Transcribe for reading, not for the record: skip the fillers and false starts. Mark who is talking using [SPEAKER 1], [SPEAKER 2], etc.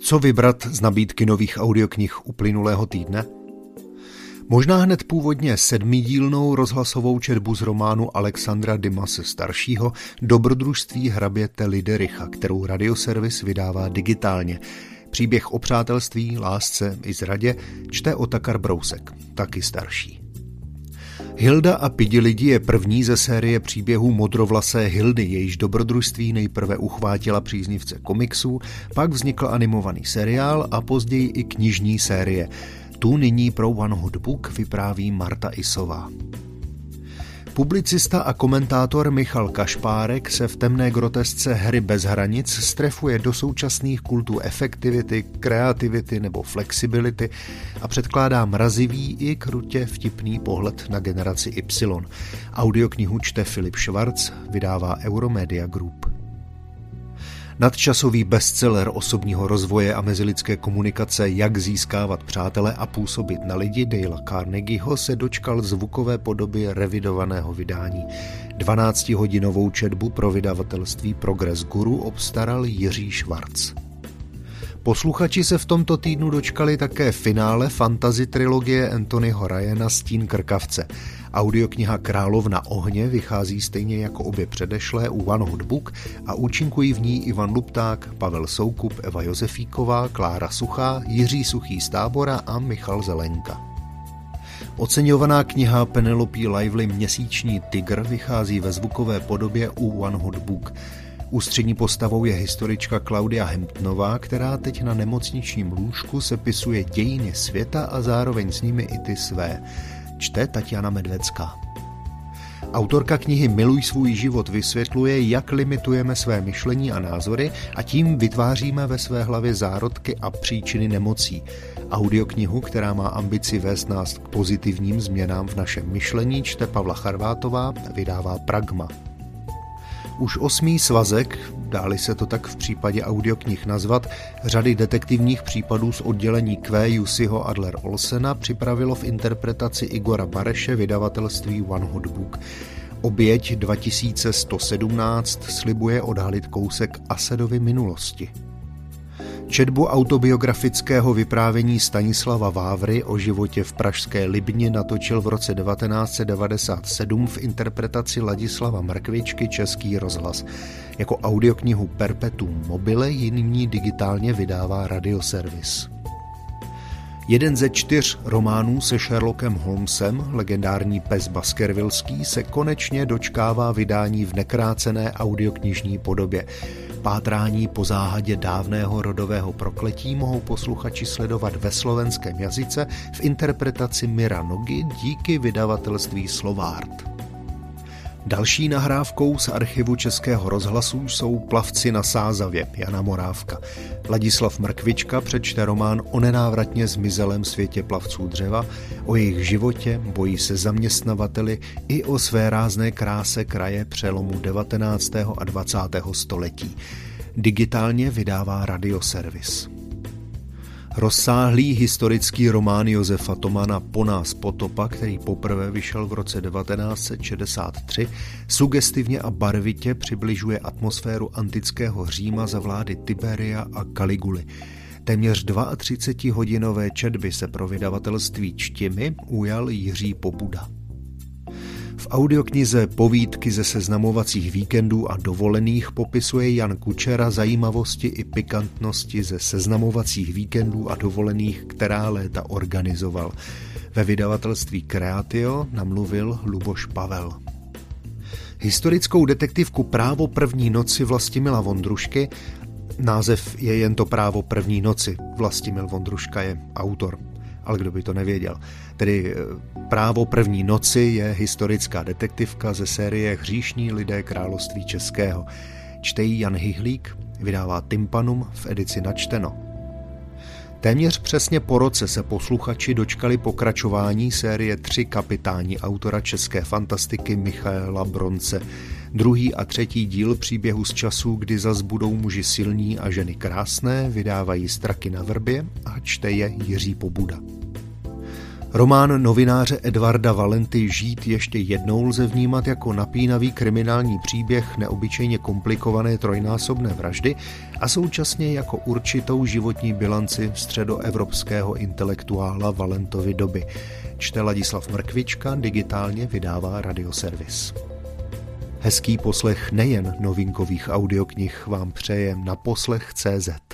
[SPEAKER 1] Co vybrat z nabídky nových audioknih uplynulého týdne? Možná hned původně 7dílnou rozhlasovou četbu z románu Alexandra Dimase staršího Dobrodružství hraběte Lidericha, kterou Radioservis vydává digitálně. Příběh o přátelství, lásce i zradě čte Otakar Brousek, taky starší. Hilda a Pidi lidi je první ze série příběhů modrovlasé Hildy, jejíž dobrodružství nejprve uchvátila příznivce komiksů, pak vznikl animovaný seriál a později i knižní série. Tu nyní pro One Hot Book vypráví Marta Isová. Publicista a komentátor Michal Kašpárek se v temné grotesce Hry bez hranic strefuje do současných kultů efektivity, kreativity nebo flexibility a předkládá mrazivý i krutě vtipný pohled na generaci Y. Audioknihu čte Filip Švarc, vydává Euromedia Group. Nadčasový bestseller osobního rozvoje a mezilidské komunikace Jak získávat přátele a působit na lidi Dalea Carnegieho se dočkal zvukové podoby revidovaného vydání. 12hodinovou četbu pro vydavatelství Progress Guru obstaral Jiří Švarc. Posluchači se v tomto týdnu dočkali také finále fantasy trilogie Anthonyho Ryana Stín krkavce. Audiokniha Královna ohně vychází stejně jako obě předešlé u One Hot Book a účinkují v ní Ivan Lupták, Pavel Soukup, Eva Josefíková, Klára Suchá, Jiří Suchý z Tábora a Michal Zelenka. Oceňovaná kniha Penelope Lively Měsíční tygr vychází ve zvukové podobě u One Hot Book. Ústřední postavou je historička Claudia Hamptonová, která teď na nemocničním lůžku sepisuje dějiny světa a zároveň s nimi i ty své. Čte Tatiana Medvecká. Autorka knihy Miluj svůj život vysvětluje, jak limitujeme své myšlení a názory a tím vytváříme ve své hlavě zárodky a příčiny nemocí. Audioknihu, která má ambici vést nás k pozitivním změnám v našem myšlení, čte Pavla Charvátová, vydává Pragma. Už 8. svazek, dáli se to tak v případě audioknih nazvat, řady detektivních případů z oddělení Q. Jussiho Adler Olsena připravilo v interpretaci Igora Bareše vydavatelství One Hot Book. Oběť 2117 slibuje odhalit kousek Asadovy minulosti. Četbu autobiografického vyprávění Stanislava Vávry o životě v pražské Libni natočil v roce 1997 v interpretaci Ladislava Mrkvičky Český rozhlas. Jako audioknihu Perpetuum mobile ji nyní digitálně vydává Radioservis. Jeden ze 4 románů se Sherlockem Holmesem, legendární pes baskervillský, se konečně dočkává vydání v nekrácené audioknižní podobě. Pátrání po záhadě dávného rodového prokletí mohou posluchači sledovat ve slovenském jazyce v interpretaci Mira Nogy díky vydavatelství Slovart. Další nahrávkou z archivu Českého rozhlasu jsou Plavci na Sázavě Jana Morávka. Ladislav Mrkvička přečte román o nenávratně zmizelém světě plavců dřeva, o jejich životě, boji se zaměstnavateli i o své rázné kráse kraje přelomu 19. a 20. století. Digitálně vydává Radioservis. Rozsáhlý historický román Josefa Tomana Po nás potopa, který poprvé vyšel v roce 1963, sugestivně a barvitě přibližuje atmosféru antického Říma za vlády Tiberia a Kaliguly. Téměř 32hodinové četby se pro vydavatelství Čtimi ujal Jiří Pobuda. V audioknize Povídky ze seznamovacích víkendů a dovolených popisuje Jan Kučera zajímavosti i pikantnosti ze seznamovacích víkendů a dovolených, která léta organizoval. Ve vydavatelství Creatio namluvil Luboš Pavel. Historickou detektivku Právo první noci Vlastimila Vondrušky, název je jen to Právo první noci, Vlastimil Vondruška je autor, ale kdo by to nevěděl. Tedy Právo první noci je historická detektivka ze série Hříšní lidé království českého. Čte ji Jan Hyhlík, vydává Tympanum v edici Načteno. Téměř přesně po roce se posluchači dočkali pokračování série 3 kapitáni autora české fantastiky Michaela Bronce. 2. a 3. díl příběhu z časů, kdy zas budou muži silní a ženy krásné, vydávají Straky na vrbě a čte je Jiří Pobuda. Román novináře Edvarda Valenty Žít ještě jednou lze vnímat jako napínavý kriminální příběh neobyčejně komplikované trojnásobné vraždy a současně jako určitou životní bilanci středoevropského intelektuála Valentovy doby. Čte Ladislav Mrkvička, digitálně vydává Radioservis. Hezký poslech nejen novinkových audioknih vám přeje naposlech.cz.